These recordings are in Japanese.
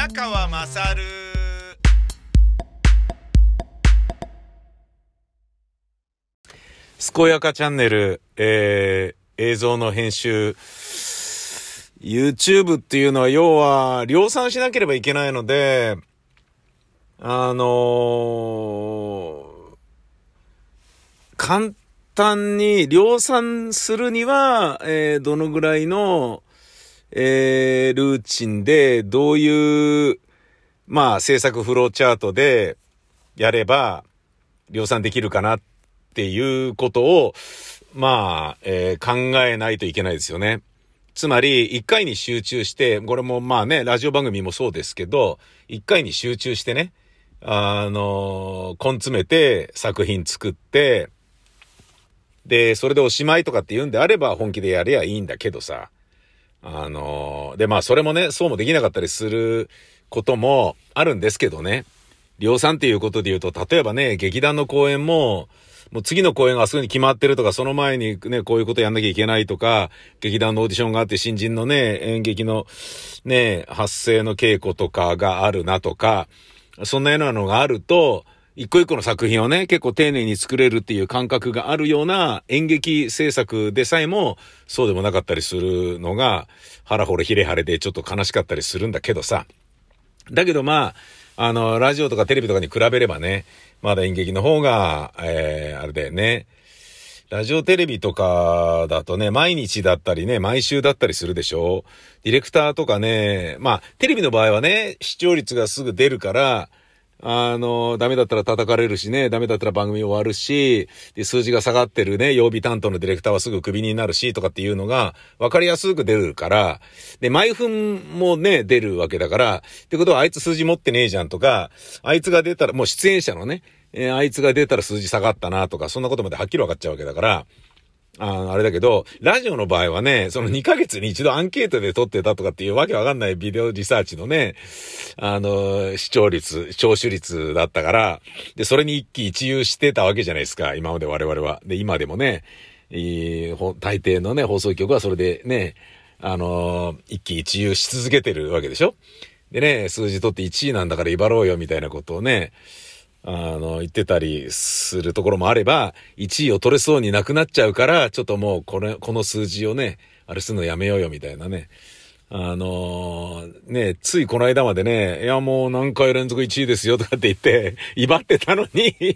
宮川まさる。健やかチャンネル、映像の編集。YouTube っていうのは要は量産しなければいけないので、簡単に量産するには、どのぐらいの、ルーチンでどういう制作フローチャートでやれば量産できるかなっていうことを考えないといけないですよね。つまり一回に集中して、これもラジオ番組もそうですけど、一回に集中してね、根詰めて作品作って、でそれでおしまいとかって言うんであれば本気でやればいいんだけどさ、それもね、そうもできなかったりすることもあるんですけどね。量産っていうことで言うと、例えばね、劇団の公演もう次の公演がすぐに決まってるとか、その前にね、こういうことやんなきゃいけないとか、劇団のオーディションがあって新人のね、演劇のね、発声の稽古とかがあるなとか、そんなようなのがあると、一個一個の作品をね、結構丁寧に作れるっていう感覚があるような演劇制作でさえもそうでもなかったりするのが腹掘れひれ晴れでちょっと悲しかったりするんだけどさ。だけどラジオとかテレビとかに比べればね、まだ演劇の方が、あれだよね。ラジオテレビとかだとね、毎日だったりね、毎週だったりするでしょ。ディレクターとかね、テレビの場合はね、視聴率がすぐ出るから、ダメだったら叩かれるしね、ダメだったら番組終わるし、で、数字が下がってるね、曜日担当のディレクターはすぐクビになるし、とかっていうのが、わかりやすく出るから、で、毎分もね、出るわけだから、ってことはあいつ数字持ってねえじゃんとか、あいつが出たら、もう出演者のね、あいつが出たら数字下がったなとか、そんなことまではっきりわかっちゃうわけだから、あれだけど、ラジオの場合はね、その2ヶ月に一度アンケートで撮ってたとかっていうわけわかんないビデオリサーチのね、視聴率、聴取率だったから、で、それに一喜一憂してたわけじゃないですか、今まで我々は。で、今でもね、大抵のね、放送局はそれでね、一喜一憂し続けてるわけでしょ。でね、数字取って1位なんだから威張ろうよみたいなことをね、言ってたりするところもあれば、1位を取れそうになくなっちゃうから、ちょっともうこの数字をね、あれするのやめようよみたいなね。ついこの間までね、いやもう何回連続1位ですよとかって言って、威張ってたのに、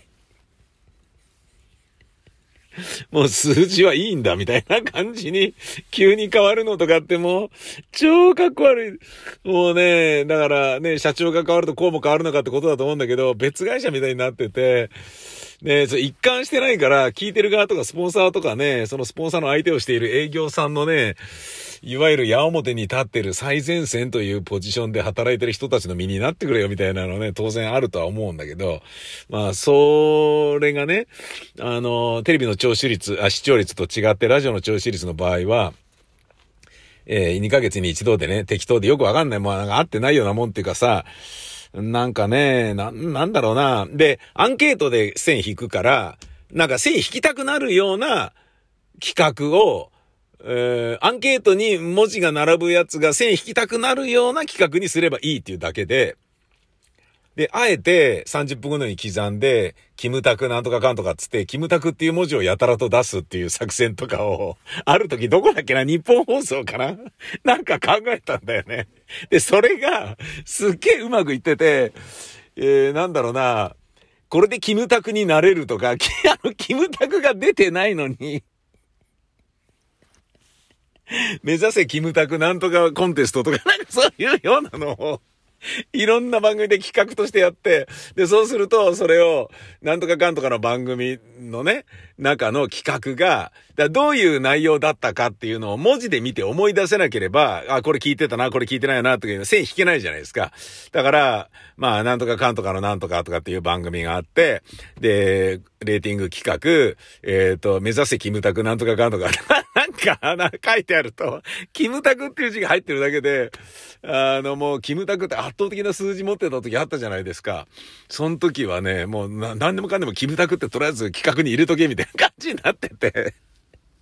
もう数字はいいんだみたいな感じに急に変わるのとかってもう超かっこ悪い。もうね、だからね、社長が変わるとこうも変わるのかってことだと思うんだけど、別会社みたいになってて、ね、一貫してないから聞いてる側とかスポンサーとかね、そのスポンサーの相手をしている営業さんのね、いわゆる矢面に立ってる最前線というポジションで働いてる人たちの身になってくれよみたいなのね、当然あるとは思うんだけど、それがね、テレビの視聴率と違ってラジオの聴取率の場合は、2ヶ月に一度でね、適当でよくわかんない、なんか合ってないようなもんっていうかさ、なんかね、なんだろうな。で、アンケートで線引くから、なんか線引きたくなるような企画を、アンケートに文字が並ぶやつが線引きたくなるような企画にすればいいっていうだけで、で、あえて30分ごとに刻んで、キムタクなんとかかんとかっつって、キムタクっていう文字をやたらと出すっていう作戦とかを、ある時どこだっけな、日本放送かななんか考えたんだよね。で、それが、すっげえうまくいってて、なんだろうな、これでキムタクになれるとか、キムタクが出てないのに、目指せキムタクなんとかコンテストとか、なんかそういうようなのを、いろんな番組で企画としてやって、で、そうすると、それを、なんとかかんとかの番組のね、中の企画が、どういう内容だったかっていうのを文字で見て思い出せなければ、これ聞いてたな、これ聞いてないな、という線引けないじゃないですか。だから、なんとかかんとかのなんとかとかっていう番組があって、で、レーティング企画、目指せキムタクなんとかかんとか、なんか書いてあると、キムタクっていう字が入ってるだけで、もうキムタクって圧倒的な数字持ってた時あったじゃないですか。その時はね、もう何でもかんでもキムタクってとりあえず企画に入れとけみたいな感じになってて。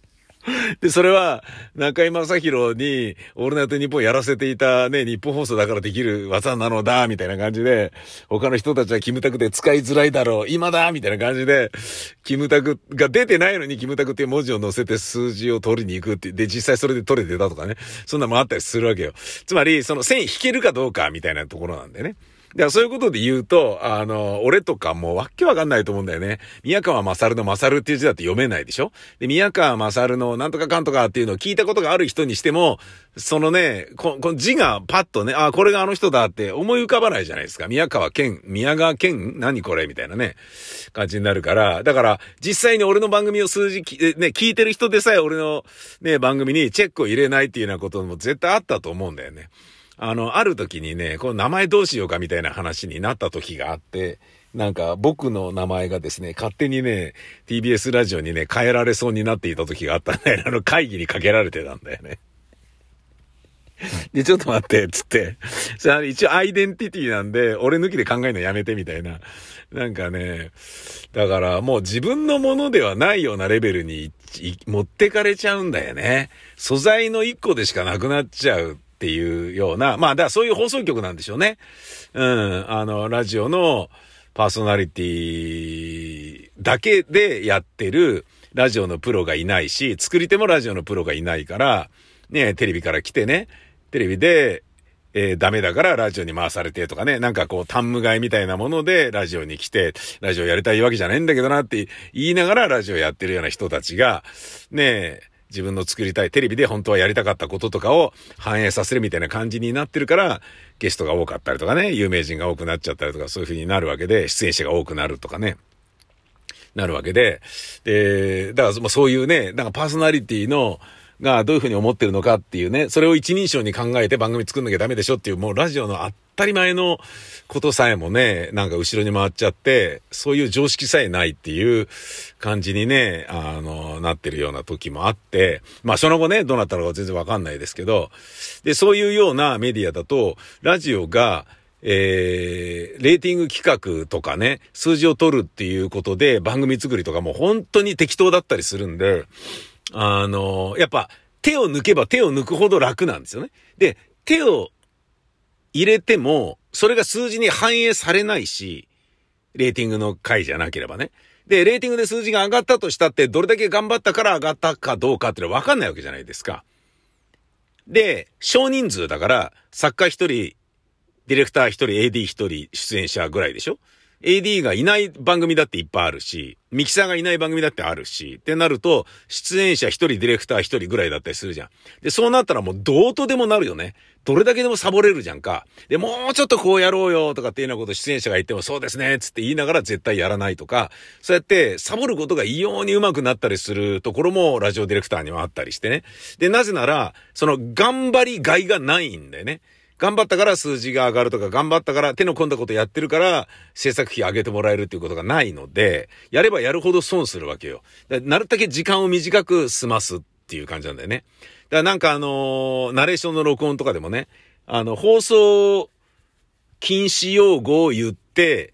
で、それは、中居正広に、オールナイトニッポンやらせていたね、日本放送だからできる技なのだ、みたいな感じで、他の人たちはキムタクで使いづらいだろう、今だみたいな感じで、キムタクが出てないのにキムタクっていう文字を載せて数字を取りに行くって、で、実際それで取れてたとかね。そんなのもあったりするわけよ。つまり、その線引けるかどうか、みたいなところなんだよね。だからそういうことで言うと、俺とかもうわっけわかんないと思うんだよね。宮川勝の勝っていう字だって読めないでしょ。で、宮川勝のなんとかかんとかっていうのを聞いたことがある人にしても、そのね、この字がパッとね、これがあの人だって思い浮かばないじゃないですか。宮川健何これみたいなね、感じになるから。だから、実際に俺の番組を聞いてる人でさえ俺のね、番組にチェックを入れないっていうようなことも絶対あったと思うんだよね。ある時にね、この名前どうしようかみたいな話になった時があって、なんか僕の名前がですね、勝手にね、TBS ラジオにね、変えられそうになっていた時があったんだよね。会議にかけられてたんだよね。で、ちょっと待って、つって。一応アイデンティティなんで、俺抜きで考えるのやめてみたいな。なんかね、だからもう自分のものではないようなレベルに持ってかれちゃうんだよね。素材の一個でしかなくなっちゃう。っていうような、まあ、だからそういう放送局なんでしょうね。ラジオのパーソナリティだけでやってるラジオのプロがいないし、作り手もラジオのプロがいないから、ね、テレビから来てね、テレビで、ダメだからラジオに回されてとかね、なんかこう、タンム買いみたいなものでラジオに来て、ラジオやりたいわけじゃないんだけどなって言いながらラジオやってるような人たちが、ね、自分の作りたいテレビで本当はやりたかったこととかを反映させるみたいな感じになってるから、ゲストが多かったりとかね、有名人が多くなっちゃったりとか、そういう風になるわけで、出演者が多くなるとかね、なるわけで、だからそういうね、なんかパーソナリティの、がどういう風に思ってるのかっていうね、それを一人称に考えて番組作んなきゃダメでしょっていう、もうラジオの当たり前のことさえもね、なんか後ろに回っちゃって、そういう常識さえないっていう感じにね、なってるような時もあって、まあその後ね、どうなったのか全然わかんないですけど、で、そういうようなメディアだと、ラジオが、レーティング企画とかね、数字を取るっていうことで番組作りとかも本当に適当だったりするんで、やっぱ手を抜けば手を抜くほど楽なんですよね。で、手を入れても、それが数字に反映されないし、レーティングの回じゃなければね。で、レーティングで数字が上がったとしたって、どれだけ頑張ったから上がったかどうかってのは分かんないわけじゃないですか。で、少人数だから、作家一人、ディレクター一人、AD 一人、出演者ぐらいでしょ？ AD がいない番組だっていっぱいあるし、ミキサーがいない番組だってあるし、ってなると、出演者一人、ディレクター一人ぐらいだったりするじゃん。で、そうなったらもうどうとでもなるよね。どれだけでもサボれるじゃんか。で、もうちょっとこうやろうよとかっていうようなこと出演者が言ってもそうですね、つって言いながら絶対やらないとか、そうやってサボることが異様に上手くなったりするところもラジオディレクターにはあったりしてね。で、なぜなら、その頑張りがいがないんだよね。頑張ったから数字が上がるとか、頑張ったから手の込んだことやってるから制作費上げてもらえるっていうことがないので、やればやるほど損するわけよ。なるだけ時間を短く済ますっていう感じなんだよね。だからなんかナレーションの録音とかでもね、放送禁止用語を言って、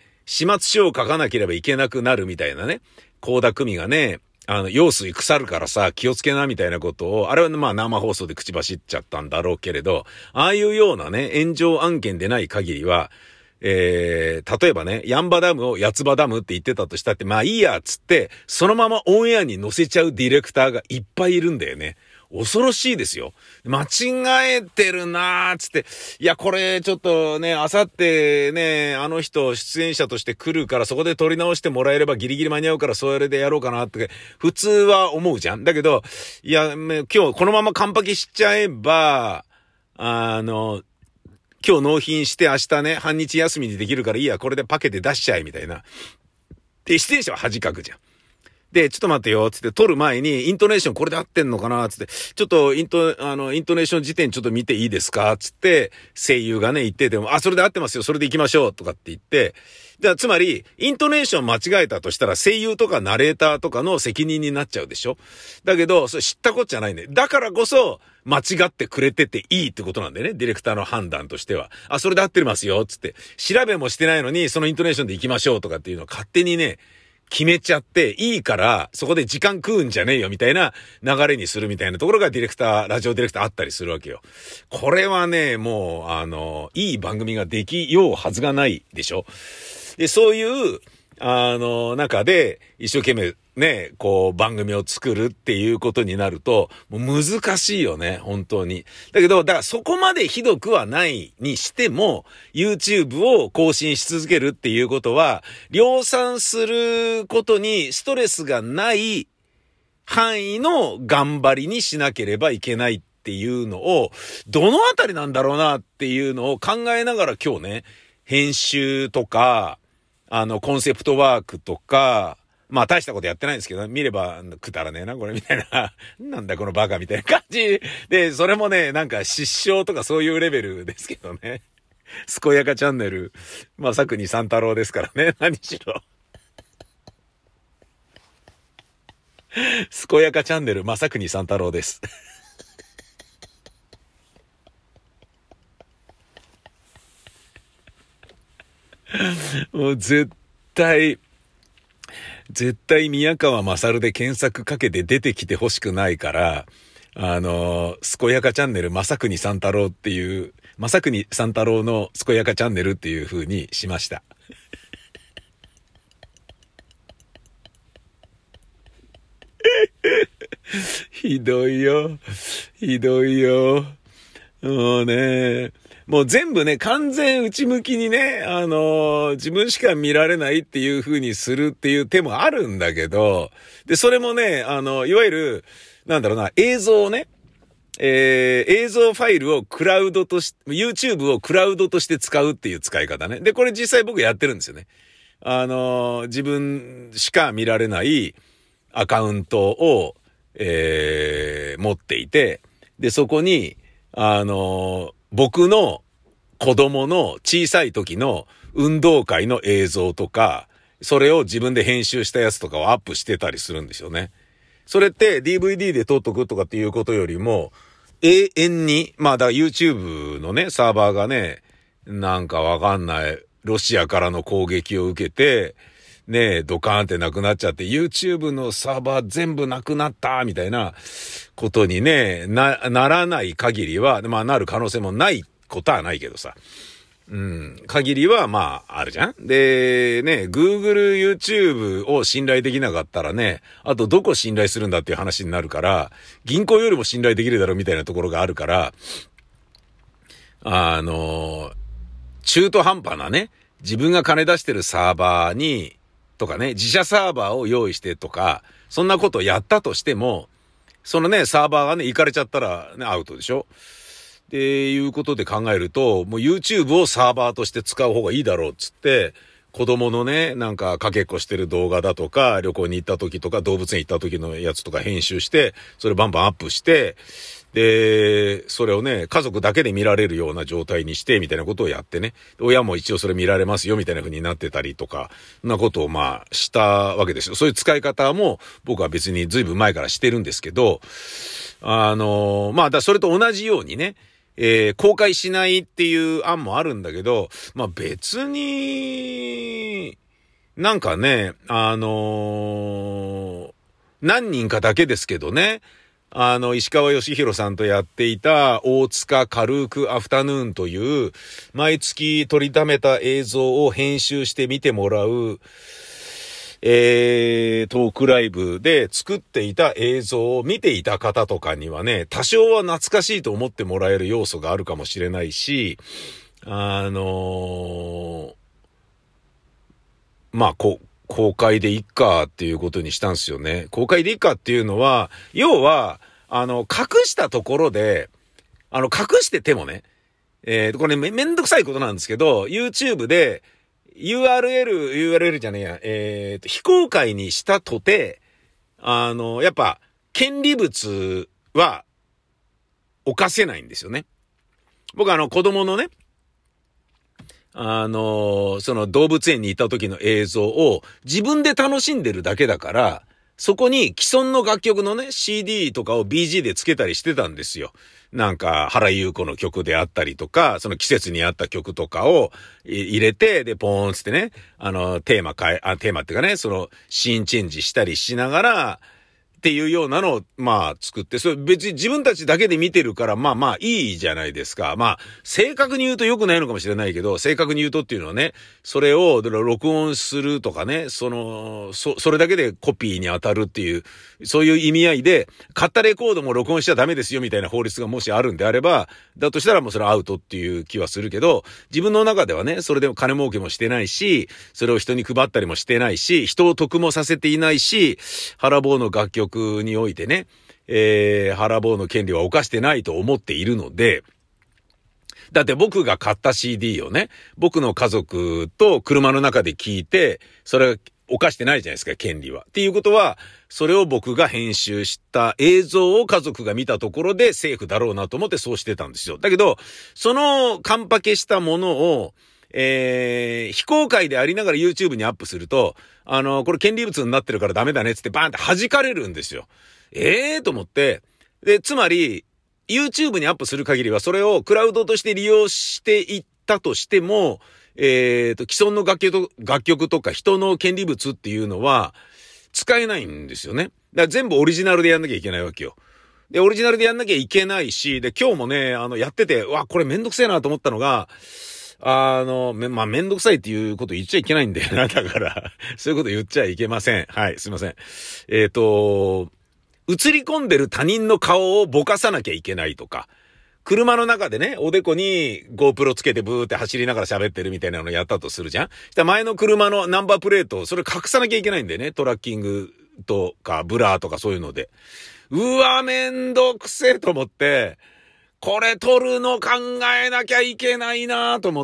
始末書を書かなければいけなくなるみたいなね、倖田來未がね、用水腐るからさ、気をつけなみたいなことを、あれはまあ生放送で口走っちゃったんだろうけれど、ああいうようなね、炎上案件でない限りは、例えばね、ヤンバダムを八つ葉ダムって言ってたとしたって、まあいいや、つって、そのままオンエアに載せちゃうディレクターがいっぱいいるんだよね。恐ろしいですよ。間違えてるなーつって、いや、これちょっとね、あさってね、あの人出演者として来るからそこで撮り直してもらえればギリギリ間に合うからそれでやろうかなって、普通は思うじゃん。だけど、いや、今日このまま完パケしちゃえば、今日納品して明日ね、半日休みにできるからいいや、これでパケで出しちゃえ、みたいな。で、出演者は恥かくじゃん。で、ちょっと待ってよ、つって撮る前に、イントネーションこれで合ってんのかなつって、ちょっとイントネーション時点ちょっと見ていいですかつって、声優がね、言ってても、それで合ってますよ、それで行きましょう、とかって言って、じゃあ、つまり、イントネーション間違えたとしたら、声優とかナレーターとかの責任になっちゃうでしょ？だけど、それ知ったこっちゃないね。だからこそ、間違ってくれてていいってことなんだよね。ディレクターの判断としては。それで合ってますよ、つって。調べもしてないのに、そのイントネーションで行きましょうとかっていうのを勝手にね、 決めちゃっていいから、そこで時間食うんじゃねえよみたいな流れにするみたいなところがラジオディレクターあったりするわけよ。これはね、もう、いい番組ができようはずがないでしょ。で、そういう、中で一生懸命ね、こう番組を作るっていうことになると、もう難しいよね、本当に。だけど、だからそこまでひどくはないにしても、YouTube を更新し続けるっていうことは、量産することにストレスがない範囲の頑張りにしなければいけないっていうのを、どのあたりなんだろうなっていうのを考えながら今日ね、編集とか、コンセプトワークとか、まあ大したことやってないんですけど、見ればくだらねえな、これみたいな。なんだこのバカみたいな感じ。で、それもね、なんか失笑とかそういうレベルですけどね。健やかチャンネル、まさくに三太郎ですからね、何しろ。健やかチャンネル、まさくに三太郎です。もう絶対宮川勝で検索かけて出てきてほしくないから、健やかチャンネル、まさくに三太郎っていう、まさくに三太郎の健やかチャンネルっていう風にしました。ひどいよ。ひどいよ。もうね、もう全部ね、完全内向きにね、自分しか見られないっていう風にするっていう手もあるんだけど、で、それもね、いわゆる、なんだろうな、映像をね、映像ファイルをクラウドとし、YouTube をクラウドとして使うっていう使い方ね。で、これ実際僕やってるんですよね。自分しか見られないアカウントを、持っていて、で、そこに、僕の子供の小さい時の運動会の映像とか、それを自分で編集したやつとかをアップしてたりするんですよね。それって DVD で撮っとくとかっていうことよりも、永遠に、まあだから YouTube のね、サーバーがね、なんかわかんない、ロシアからの攻撃を受けて、ね、ドカーンってなくなっちゃって、YouTube のサーバー全部なくなった、みたいなことにね、ならない限りは、まあなる可能性もないことはないけどさ。限りはまああるじゃん。で、ね、Google、YouTube を信頼できなかったらね、あとどこ信頼するんだっていう話になるから、銀行よりも信頼できるだろうみたいなところがあるから、中途半端なね、自分が金出してるサーバーに、とかね、自社サーバーを用意してとか、そんなことをやったとしても、そのね、サーバーがね、行かれちゃったらね、アウトでしょ。っていうことで考えると、もう YouTube をサーバーとして使う方がいいだろうっつって、子供のね、なんかかけっこしてる動画だとか、旅行に行った時とか、動物園行った時のやつとか編集して、それバンバンアップして、で、それをね、家族だけで見られるような状態にして、みたいなことをやってね、親も一応それ見られますよ、みたいな風になってたりとか、そんなことをまあ、したわけですよ。そういう使い方も、僕は別に随分前からしてるんですけど、まあ、それと同じようにね、公開しないっていう案もあるんだけど、まあ別に、なんかね、何人かだけですけどね、石川義弘さんとやっていた大塚軽くアフタヌーンという、毎月撮りためた映像を編集して見てもらう、トークライブで作っていた映像を見ていた方とかにはね、多少は懐かしいと思ってもらえる要素があるかもしれないし、まあ、公開でいっかっていうことにしたんですよね。公開でいっかっていうのは、要は、隠したところで、隠しててもね、これめんどくさいことなんですけど、YouTube で、URL じゃねえや、非公開にしたとて、やっぱ、権利物は、犯せないんですよね。僕子供のね、その動物園にいた時の映像を自分で楽しんでるだけだから、 そこに既存の楽曲のね、CD とかを BG でつけたりしてたんですよ。なんか、原優子の曲であったりとか、その季節に合った曲とかを入れて、で、ポーンつってね、テーマっていうかね、その、シーンチェンジしたりしながら、っていうようなのを、まあ、作って、それ別に自分たちだけで見てるから、まあまあいいじゃないですか。まあ、正確に言うと良くないのかもしれないけど、正確に言うとっていうのはね、それを、録音するとかね、それだけでコピーに当たるっていう、そういう意味合いで、買ったレコードも録音しちゃダメですよみたいな法律がもしあるんであれば、だとしたらもうそれアウトっていう気はするけど、自分の中ではね、それでも金儲けもしてないし、それを人に配ったりもしてないし、人を得もさせていないし、原坊の楽曲においてね、原坊の権利は犯してないと思っているので、だって僕が買った CD をね、僕の家族と車の中で聞いて、それは犯してないじゃないですか、権利は。っていうことは、それを僕が編集した映像を家族が見たところでセーフだろうなと思ってそうしてたんですよ。だけど、そのカンパケしたものを、非公開でありながら YouTube にアップすると、これ権利物になってるからダメだねっつってバーンって弾かれるんですよ。と思って。で、つまり、YouTube にアップする限りはそれをクラウドとして利用していったとしても、既存の楽曲とか人の権利物っていうのは使えないんですよね。だから全部オリジナルでやんなきゃいけないわけよ。で、オリジナルでやんなきゃいけないし、で、今日もね、やってて、これめんどくせえなと思ったのが、まあ、めんどくさいっていうこと言っちゃいけないんだよな。だから、そういうこと言っちゃいけません。はい、すいません。映り込んでる他人の顔をぼかさなきゃいけないとか、車の中でね、おでこに GoPro つけてブーって走りながら喋ってるみたいなのやったとするじゃん。したら前の車のナンバープレート、それ隠さなきゃいけないんだよね。トラッキングとか、ブラーとかそういうので。めんどくせえと思って、これ撮るの考えなきゃいけないなと思って、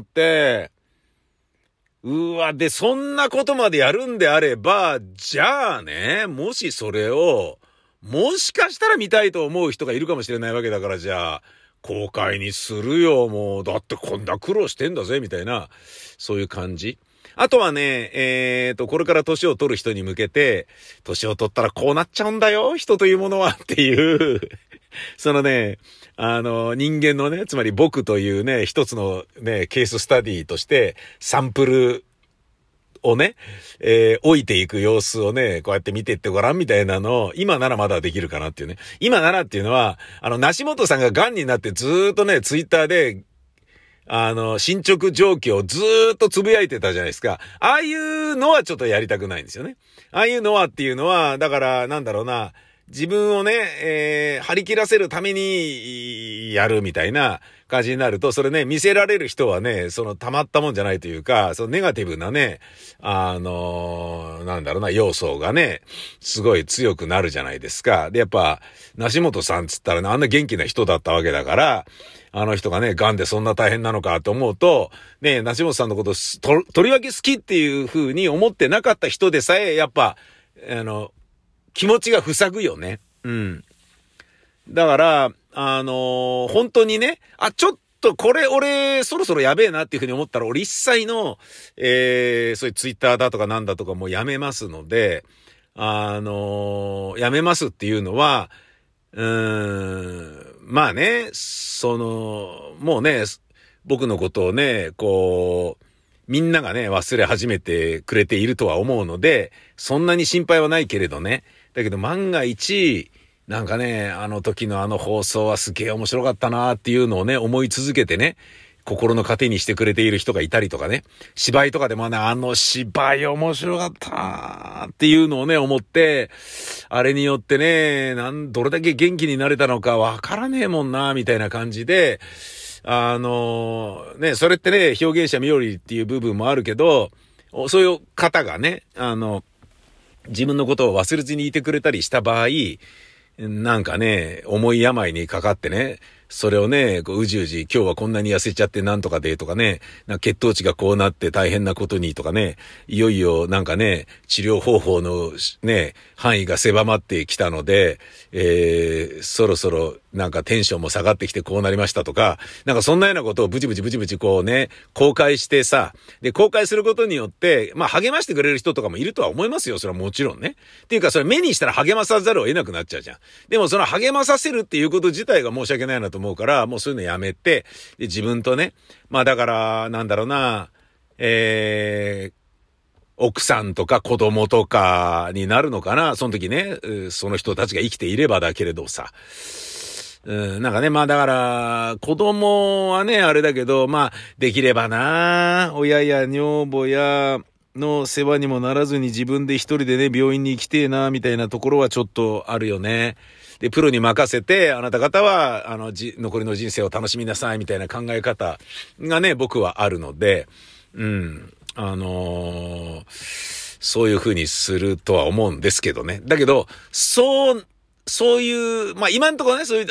で、そんなことまでやるんであれば、じゃあね、もしそれを、もしかしたら見たいと思う人がいるかもしれないわけだから、じゃあ、公開にするよ、もう。だってこんな苦労してんだぜ、みたいな、そういう感じ。あとはね、これから年を取る人に向けて、年を取ったらこうなっちゃうんだよ、人というものはっていう、そのね、人間のね、つまり僕というね、一つのね、ケーススタディとして、サンプルをね、置いていく様子をね、こうやって見てってごらんみたいなのを、今ならまだできるかなっていうね。今ならっていうのは、梨本さんが癌になってずーっとね、ツイッターで、進捗状況をずーっとつぶやいてたじゃないですか。ああいうのはちょっとやりたくないんですよね。ああいうのはっていうのは、だから、なんだろうな、自分をね、張り切らせるためにやるみたいな感じになると、それね、見せられる人はね、たまったもんじゃないというか、そのネガティブなね、なんだろうな、要素がね、すごい強くなるじゃないですか。で、やっぱ、梨本さんつったらね、あんな元気な人だったわけだから、あの人がね、癌でそんな大変なのかと思うと、ね、梨本さんのこととりわけ好きっていう風に思ってなかった人でさえ、やっぱ、気持ちが塞ぐよね。うん。だから、本当にね、ちょっとこれ俺そろそろやべえなっていうふうに思ったら、俺一切の、そういうツイッターだとかなんだとかもうやめますので、やめますっていうのは、まあね、もうね、僕のことをね、こう、みんながね、忘れ始めてくれているとは思うので、そんなに心配はないけれどね。だけど万が一、なんかね、あの時のあの放送はすげえ面白かったなっていうのをね、思い続けてね、心の糧にしてくれている人がいたりとかね、芝居とかでもね、あの芝居面白かったっていうのをね、思って、あれによってね、どれだけ元気になれたのかわからねえもんな、みたいな感じで、ね、それってね、表現者冥利っていう部分もあるけど、そういう方がね、自分のことを忘れずにいてくれたりした場合、なんかね、重い病にかかってね、それをね、うじうじ、今日はこんなに痩せちゃってなんとかでとかね、血糖値がこうなって大変なことにとかね、いよいよなんかね、治療方法のね、範囲が狭まってきたので、そろそろなんかテンションも下がってきてこうなりましたとか、なんかそんなようなことをブチブチこうね、公開してさ、で、公開することによって、まあ励ましてくれる人とかもいるとは思いますよ。それはもちろんね。っていうか、それ目にしたら励まさざるを得なくなっちゃうじゃん。でもその励まさせるっていうこと自体が申し訳ないなと思うから、もうそういうのやめて、で、自分とね、まあだから、なんだろうな、奥さんとか子供とかになるのかな、その時ね、その人たちが生きていればだけれどさ。なんかね、まあだから、子供はね、あれだけど、まあ、できればな、親や女房やの世話にもならずに自分で一人でね、病院に行きてえな、みたいなところはちょっとあるよね。で、プロに任せて、あなた方は、残りの人生を楽しみなさい、みたいな考え方がね、僕はあるので、そういう風にするとは思うんですけどね。だけど、そういう、まあ今のところね、そういう、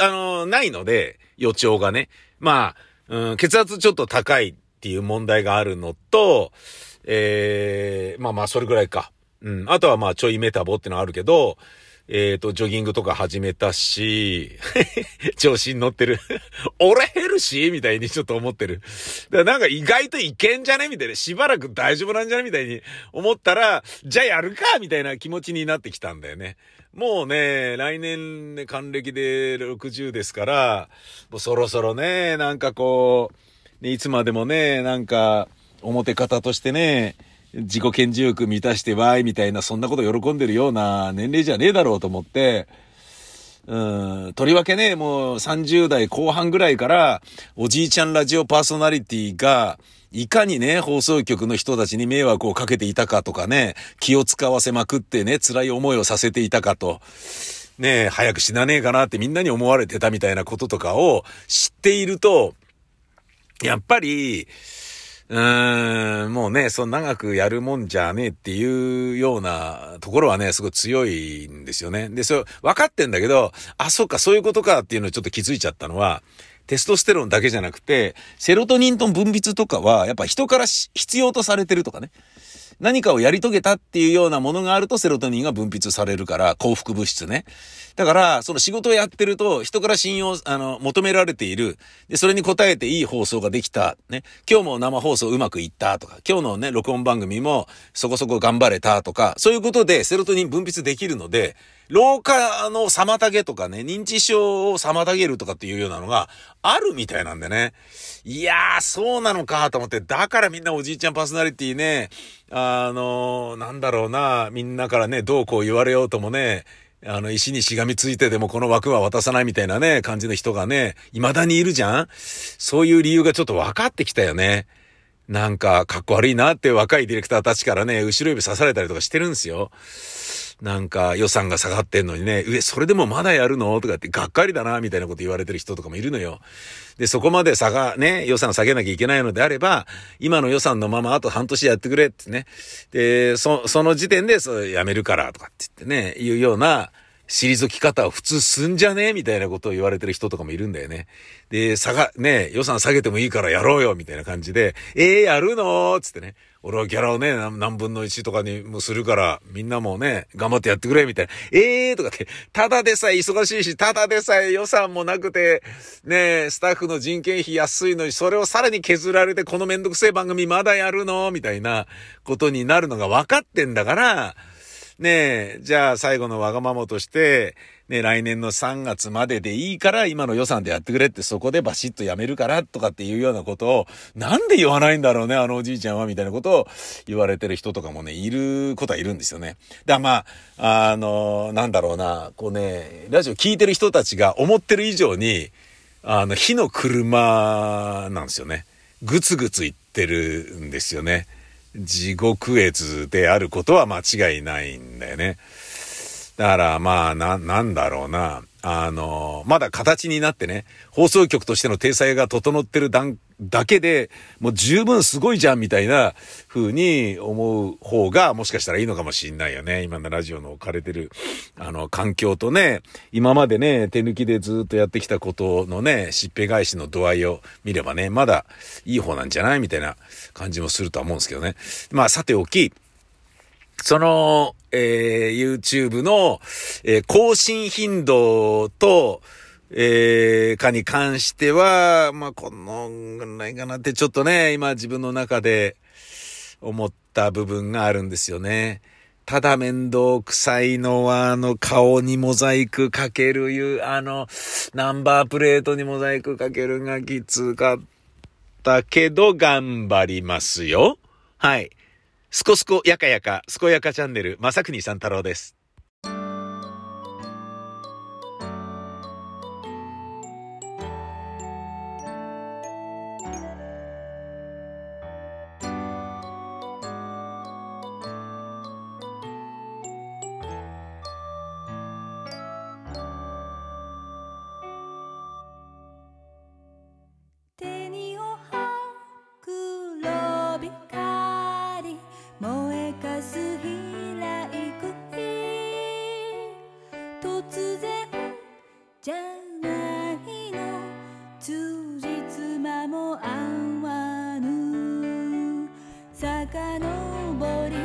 ないので、予兆がね。まあ、血圧ちょっと高いっていう問題があるのと、まあそれぐらいか。あとはまあちょいメタボってのはあるけど、ジョギングとか始めたし、調子に乗ってる。俺ヘルシーみたいにちょっと思ってる。だからなんか意外といけんじゃねみたいな。しばらく大丈夫なんじゃねみたいに思ったら、じゃあやるかみたいな気持ちになってきたんだよね。もうね、来年ね、還暦で60ですから、もうそろそろね、なんかこう、いつまでもね、なんか、表方としてね、自己顕示欲満たしてわいみたいな、そんなこと喜んでるような年齢じゃねえだろうと思って、とりわけね、もう30代後半ぐらいから、おじいちゃんラジオパーソナリティが、いかにね、放送局の人たちに迷惑をかけていたかとかね、気を使わせまくってね、辛い思いをさせていたかと、ね、早く死なねえかなってみんなに思われてたみたいなこととかを知っていると、やっぱり、もうね、その長くやるもんじゃねえっていうようなところはね、すごい強いんですよね。で、それ分かってんだけど、あ、そうか、そういうことかっていうのをちょっと気づいちゃったのは、テストステロンだけじゃなくて、セロトニンと分泌とかは、やっぱ人から必要とされてるとかね。何かをやり遂げたっていうようなものがあるとセロトニンが分泌されるから幸福物質ね。だから、その仕事をやってると人から信用、求められている。で、それに応えていい放送ができた。ね。今日も生放送うまくいったとか、今日のね、録音番組もそこそこ頑張れたとか、そういうことでセロトニン分泌できるので、老化の妨げとかね、認知症を妨げるとかっていうようなのがあるみたいなんでね。いやー、そうなのかと思って、だからみんなおじいちゃんパーソナリティね、なんだろうな、みんなからね、どうこう言われようともね、石にしがみついてでもこの枠は渡さないみたいなね、感じの人がね、未だにいるじゃん？そういう理由がちょっと分かってきたよね。なんか、かっこ悪いなって若いディレクターたちからね、後ろ指刺されたりとかしてるんですよ。なんか予算が下がってんのにね、それでもまだやるのとかってがっかりだな、みたいなこと言われてる人とかもいるのよ。で、そこまで予算下げなきゃいけないのであれば、今の予算のままあと半年やってくれってね。で、その時点でやめるからとかって言ってね、いうような、退き方は普通すんじゃねえみたいなことを言われてる人とかもいるんだよね。で、予算下げてもいいからやろうよみたいな感じで、やるのつってね。俺はギャラをね、何分の1とかにもするから、みんなもね、頑張ってやってくれみたいな。とかって、ただでさえ忙しいし、ただでさえ予算もなくて、ね、スタッフの人件費安いのに、それをさらに削られて、このめんどくせえ番組まだやるのみたいなことになるのが分かってんだから、ねえ、じゃあ最後のわがままとして、ね、来年の3月まででいいから今の予算でやってくれってそこでバシッとやめるからとかっていうようなことをなんで言わないんだろうね、あのおじいちゃんはみたいなことを言われてる人とかもね、いることはいるんですよね。だからなんだろうな、こうね、ラジオ聞いてる人たちが思ってる以上に、火の車なんですよね。ぐつぐつ言ってるんですよね。地獄絵図であることは間違いないんだよね。だからなんだろうな。まだ形になってね、放送局としての体裁が整ってるだけで、もう十分すごいじゃんみたいな風に思う方がもしかしたらいいのかもしんないよね。今のラジオの置かれてる、環境とね、今までね、手抜きでずっとやってきたことのね、しっぺ返しの度合いを見ればね、まだいい方なんじゃないみたいな感じもするとは思うんですけどね。さておき、YouTube の、更新頻度と、 かに関しては、まあ、このぐらいかなってちょっとね、今自分の中で思った部分があるんですよね。ただ面倒くさいのは、顔にモザイクかけるナンバープレートにモザイクかけるがきつかったけど、頑張りますよ。はい。すこすこやかやか、すこやかチャンネル、まさくにさん太郎です。 じゃないの通じ妻も合わぬ遡り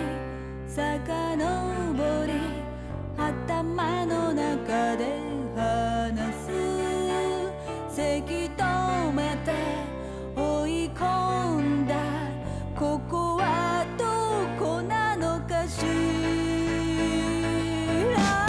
頭の中で話すせき止めて追い込んだここはどこなのかしら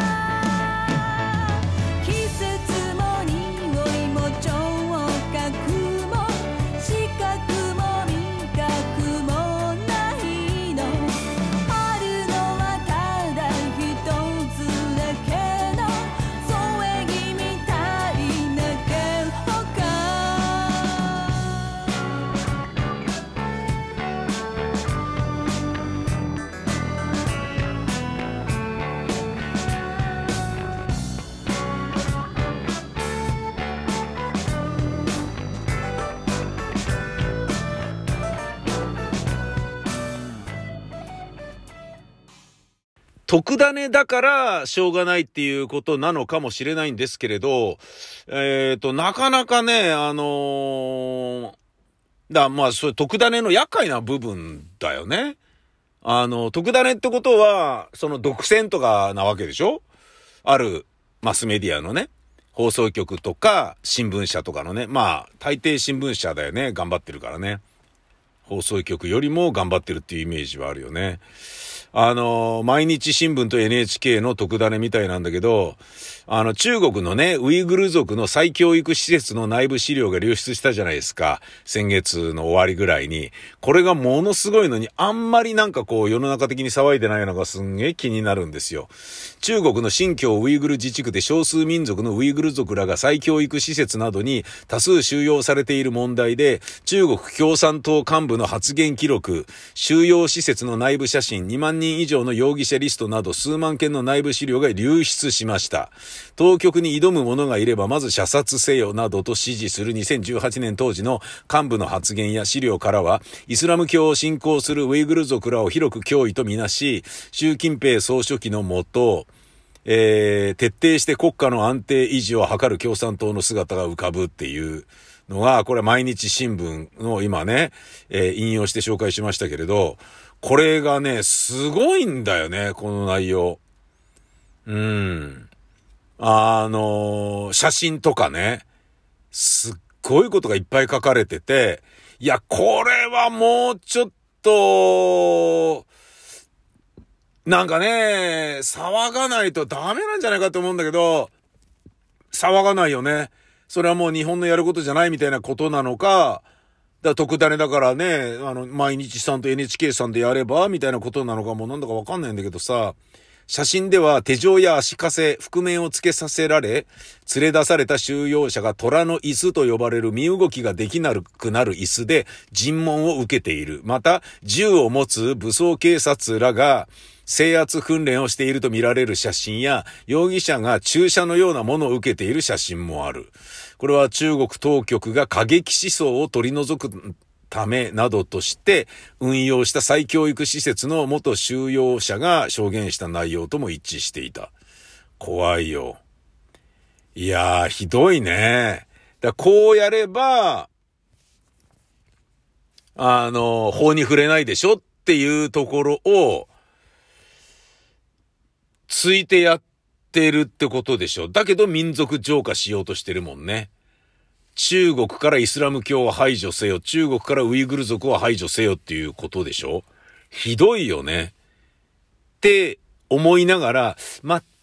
特ダネだからしょうがないっていうことなのかもしれないんですけれど、なかなかね、まあ、それ特ダネの厄介な部分だよね。特ダネってことは、その独占とかなわけでしょ？あるマスメディアのね、放送局とか新聞社とかのね、まあ、大抵新聞社だよね、頑張ってるからね。放送局よりも頑張ってるっていうイメージはあるよね。毎日新聞と NHK の特ダネみたいなんだけど、中国のね、ウイグル族の再教育施設の内部資料が流出したじゃないですか。先月の終わりぐらいに。これがものすごいのに、あんまりなんかこう、世の中的に騒いでないのがすんげえ気になるんですよ。中国の新疆ウイグル自治区で少数民族のウイグル族らが再教育施設などに多数収容されている問題で、中国共産党幹部の発言記録、収容施設の内部写真、2万人以上の容疑者リストなど数万件の内部資料が流出しました。当局に挑む者がいればまず射殺せよなどと指示する2018年当時の幹部の発言や資料からは、イスラム教を信仰するウイグル族らを広く脅威とみなし、習近平総書記のもと、徹底して国家の安定維持を図る共産党の姿が浮かぶっていうのが、これ毎日新聞の今ね、引用して紹介しましたけれど、これがね、すごいんだよね、この内容。写真とかね、すっごいことがいっぱい書かれてて、いや、これはもうちょっと、なんかね、騒がないとダメなんじゃないかと思うんだけど、騒がないよね。それはもう日本のやることじゃないみたいなことなのか、特ダネだからね、毎日さんと NHK さんでやればみたいなことなのかもなんだかわかんないんだけどさ、写真では手錠や足かせ、覆面をつけさせられ、連れ出された収容者が虎の椅子と呼ばれる身動きができなくなる椅子で尋問を受けている。また、銃を持つ武装警察らが制圧訓練をしていると見られる写真や、容疑者が注射のようなものを受けている写真もある。これは中国当局が過激思想を取り除くためなどとして運用した再教育施設の元収容者が証言した内容とも一致していた。怖いよ。いやー、ひどいね。こうやれば、法に触れないでしょっていうところを、ついてやっってるってことでしょ。だけど民族浄化しようとしてるもんね。中国からイスラム教を排除せよ。中国からウイグル族を排除せよっていうことでしょ。ひどいよね。って思いながら、待って。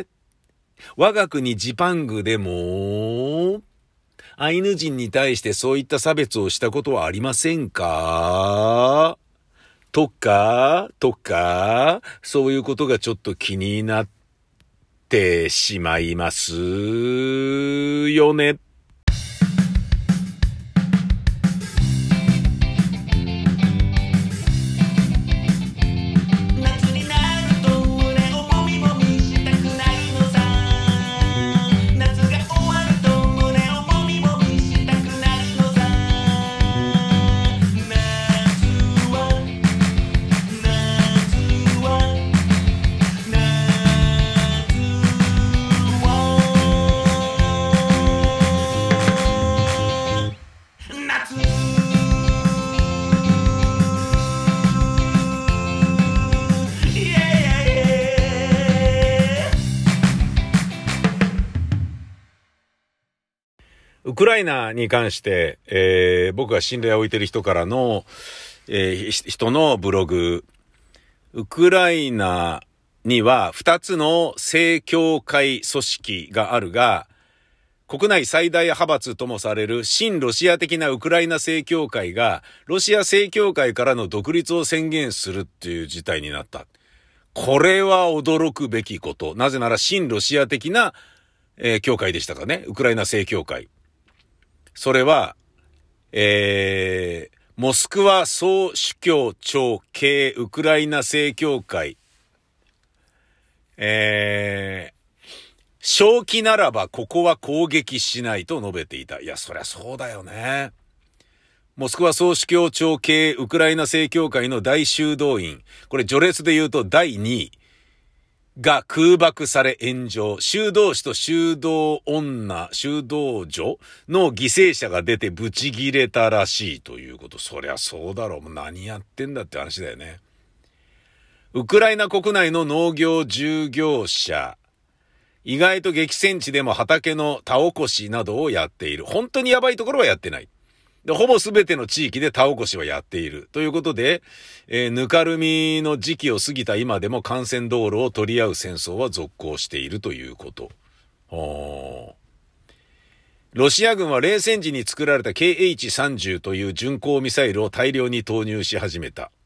我が国ジパングでも、アイヌ人に対してそういった差別をしたことはありませんか？とか、そういうことがちょっと気になってしまいますよね。ウクライナに関して、僕が信頼を置いている人からの、人のブログ。ウクライナには2つの正教会組織があるが、国内最大派閥ともされる親ロシア的なウクライナ正教会がロシア正教会からの独立を宣言するっていう事態になった。これは驚くべきこと。なぜなら親ロシア的な、教会でしたかね。ウクライナ正教会。それは、モスクワ総主教庁系ウクライナ正教会。正気ならばここは攻撃しないと述べていた。いや、そりゃそうだよね。モスクワ総主教庁系ウクライナ正教会の大修道院。これ序列で言うと第2位。が空爆され炎上。修道士と修道女、修道女の犠牲者が出てブチギレたらしいということ。そりゃそうだろう。もう何やってんだって話だよね。ウクライナ国内の農業従業者。意外と激戦地でも畑の田起こしなどをやっている。本当にやばいところはやってない。でほぼすべての地域で田起こしはやっている。ということで、ぬかるみの時期を過ぎた今でも幹線道路を取り合う戦争は続行しているということ。ロシア軍は冷戦時に作られた KH-30 という巡航ミサイルを大量に投入し始めた。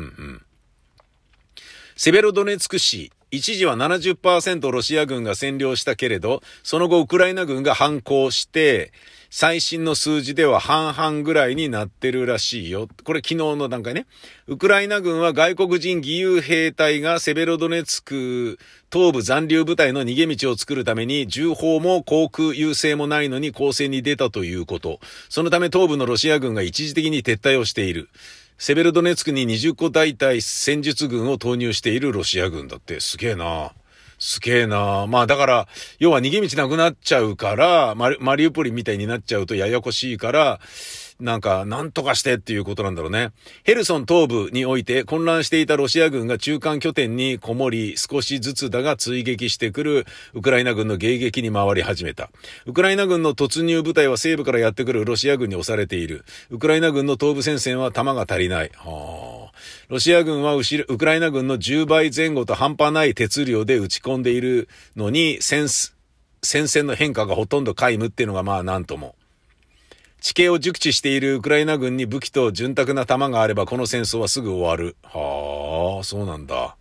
セベロドネツク市、一時は 70% ロシア軍が占領したけれど、その後ウクライナ軍が反攻して、最新の数字では半々ぐらいになってるらしいよ。これ昨日の段階ね。ウクライナ軍は外国人義勇兵隊がセベロドネツク東部残留部隊の逃げ道を作るために銃砲も航空優勢もないのに攻勢に出たということ。そのため東部のロシア軍が一時的に撤退をしている。セベロドネツクに20個大隊戦術軍を投入しているロシア軍だって。すげえな。まあだから、要は逃げ道なくなっちゃうから、マリウポリみたいになっちゃうとややこしいから、なんとかしてっていうことなんだろうね。ヘルソン東部において混乱していたロシア軍が中間拠点にこもり、少しずつだが追撃してくるウクライナ軍の迎撃に回り始めた。ウクライナ軍の突入部隊は西部からやってくるロシア軍に押されている。ウクライナ軍の東部戦線は弾が足りない。ロシア軍はウクライナ軍の10倍前後と半端ない鉄量で打ち込んでいるのに、戦線の変化がほとんど皆無っていうのがまあなんとも。地形を熟知しているウクライナ軍に武器と潤沢な弾があればこの戦争はすぐ終わる。はあ、そうなんだ。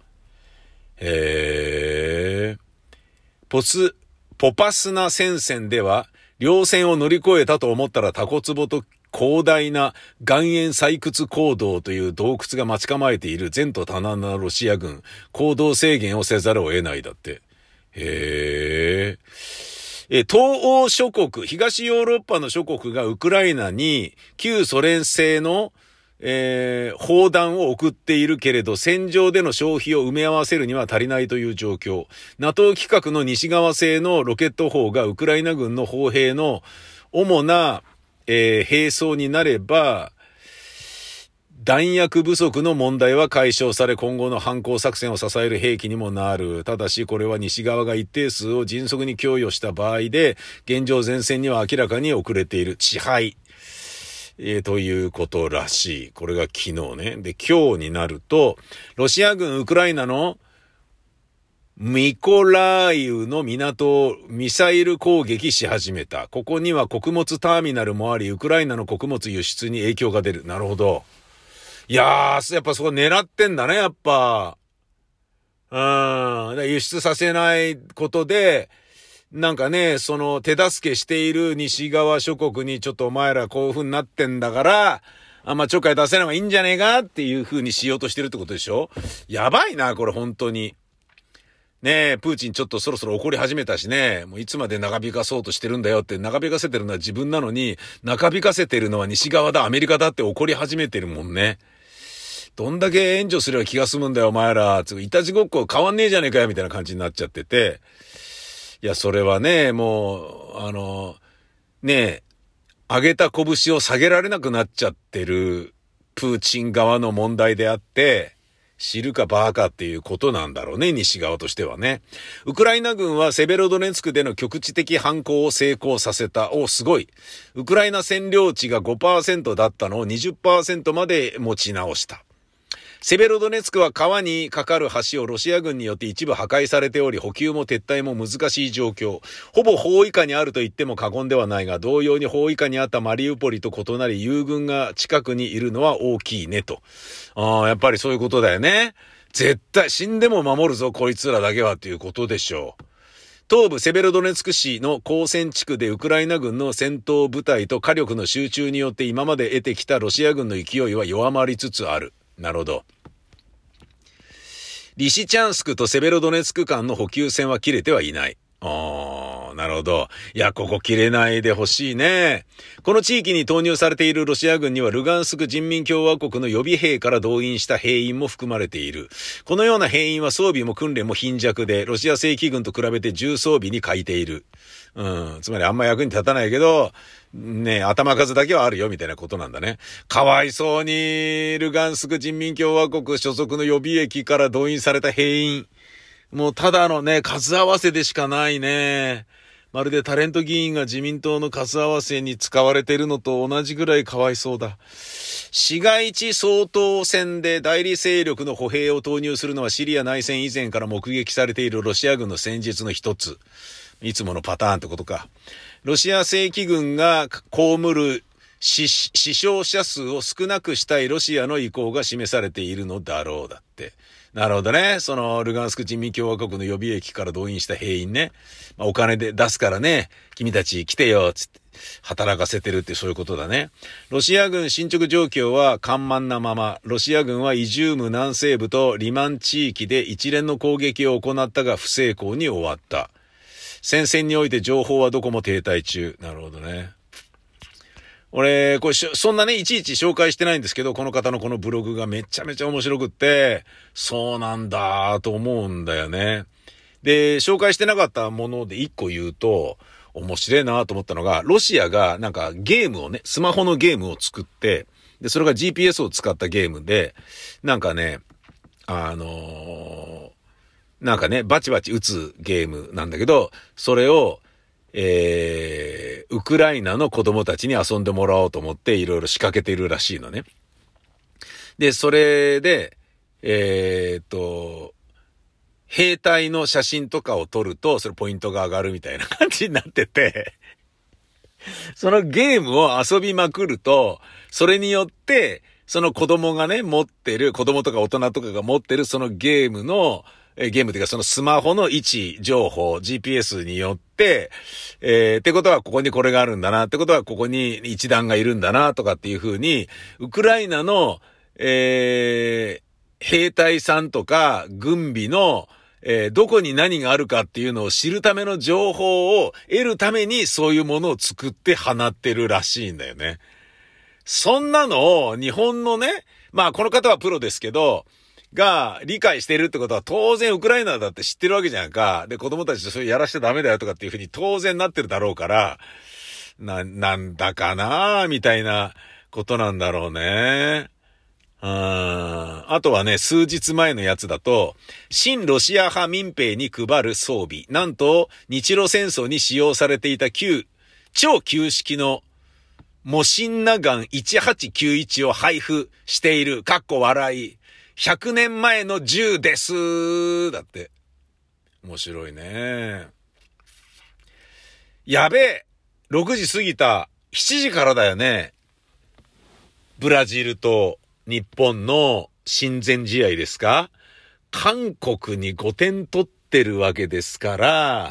ポパスナ戦線では、両戦を乗り越えたと思ったらタコ壺と広大な岩塩採掘坑道という洞窟が待ち構えている前途多難なロシア軍、行動制限をせざるを得ないだって。東欧諸国、東ヨーロッパの諸国がウクライナに旧ソ連製の、砲弾を送っているけれど、戦場での消費を埋め合わせるには足りないという状況。NATO 規格の西側製のロケット砲がウクライナ軍の砲兵の主な、兵装になれば、 弾薬不足の問題は解消され、今後の反攻作戦を支える兵器にもなる。ただし、これは西側が一定数を迅速に供与した場合で、現状前線には明らかに遅れている。遅配。ということらしい。これが昨日ね。で、今日になると、ロシア軍ウクライナのミコライウの港をミサイル攻撃し始めた。ここには穀物ターミナルもあり、ウクライナの穀物輸出に影響が出る。なるほど。いやー、やっぱそこ狙ってんだね、やっぱ。輸出させないことで、なんかね、その手助けしている西側諸国にちょっとお前らこういう風になってんだから、ちょっかい出せない方がいいんじゃねえかっていう風にしようとしてるってことでしょ？やばいな、これ本当に。ねえ、プーチンちょっとそろそろ怒り始めたしね、もういつまで長引かそうとしてるんだよって、長引かせてるのは自分なのに、長引かせてるのは西側だ、アメリカだって怒り始めてるもんね。どんだけ援助すれば気が済むんだよ、お前ら。いたちごっこ変わんねえじゃねえかよ、みたいな感じになっちゃってて。いや、それはね、もう、上げた拳を下げられなくなっちゃってるプーチン側の問題であって、知るかバーカっていうことなんだろうね、西側としてはね。ウクライナ軍はセベロドネツクでの局地的反攻を成功させた。すごい。ウクライナ占領地が 5% だったのを 20% まで持ち直した。セベロドネツクは川に架かる橋をロシア軍によって一部破壊されており、補給も撤退も難しい状況。ほぼ包囲下にあると言っても過言ではないが、同様に包囲下にあったマリウポリと異なり、友軍が近くにいるのは大きいねと。やっぱりそういうことだよね。絶対死んでも守るぞ、こいつらだけはっていうことでしょう。東部セベロドネツク市の交戦地区でウクライナ軍の戦闘部隊と火力の集中によって今まで得てきたロシア軍の勢いは弱まりつつある。なるほど。リシチャンスクとセベロドネツク間の補給線は切れてはいない。なるほど。いや、ここ切れないでほしいね。この地域に投入されているロシア軍にはルガンスク人民共和国の予備兵から動員した兵員も含まれている。このような兵員は装備も訓練も貧弱で、ロシア正規軍と比べて重装備に欠いている。つまりあんま役に立たないけど、ね、頭数だけはあるよみたいなことなんだね。かわいそうに、ルガンスク人民共和国所属の予備役から動員された兵員。もうただのね、数合わせでしかないね。まるでタレント議員が自民党の数合わせに使われているのと同じぐらいかわいそうだ。市街地総統選で代理勢力の歩兵を投入するのはシリア内戦以前から目撃されているロシア軍の戦術の一つ。いつものパターンってことか。ロシア正規軍が被る死傷者数を少なくしたいロシアの意向が示されているのだろうだって。なるほどね。そのルガンスク人民共和国の予備役から動員した兵員ね。お金で出すからね。君たち来てよ。つって。働かせてるってそういうことだね。ロシア軍進捗状況は緩慢なまま。ロシア軍はイジューム南西部とリマン地域で一連の攻撃を行ったが不成功に終わった。戦線において情報はどこも停滞中。なるほどね。俺、これそんなね、いちいち紹介してないんですけど、この方のこのブログがめちゃめちゃ面白くって、そうなんだと思うんだよね。で、紹介してなかったもので一個言うと、面白いなと思ったのが、ロシアがなんかゲームをね、スマホのゲームを作って、で、それが GPS を使ったゲームで、なんかね、なんかね、バチバチ撃つゲームなんだけど、それを、ウクライナの子供たちに遊んでもらおうと思っていろいろ仕掛けているらしいのね。で、それで、兵隊の写真とかを撮ると、それポイントが上がるみたいな感じになってて、そのゲームを遊びまくると、それによって、その子供がね、持ってる、子供とか大人とかが持ってるそのゲームっていうかそのスマホの位置情報、GPS によって、ってことはここにこれがあるんだな、ってことはここに一団がいるんだな、とかっていう風に、ウクライナの、兵隊さんとか軍備の、どこに何があるかっていうのを知るための情報を得るためにそういうものを作って放ってるらしいんだよね。そんなのを日本のね、まあこの方はプロですけど、が理解してるってことは当然ウクライナだって知ってるわけじゃんか。で、子供たちとそれやらしちゃダメだよとかっていうふうに当然なってるだろうから、なんだかなみたいなことなんだろうね。 あとはね、数日前のやつだと、親ロシア派民兵に配る装備。なんと、日露戦争に使用されていた超旧式のモシンナガン1891を配布している。かっこ笑い。100年前の銃です。だって。面白いね。やべえ。6時過ぎた。7時からだよね。ブラジルと日本の親善試合ですか？韓国に5点取ってるわけですから、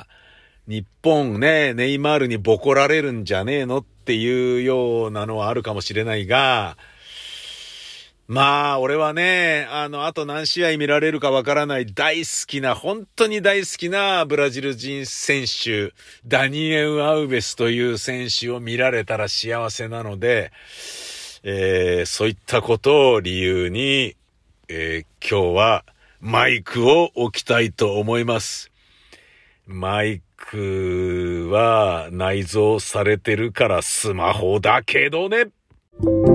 日本ね、ネイマールにボコられるんじゃねえのっていうようなのはあるかもしれないが、まあ、俺はね、あと何試合見られるかわからない本当に大好きなブラジル人選手、ダニエル・アウベスという選手を見られたら幸せなので、そういったことを理由に、今日はマイクを置きたいと思います。マイクは内蔵されてるからスマホだけどね。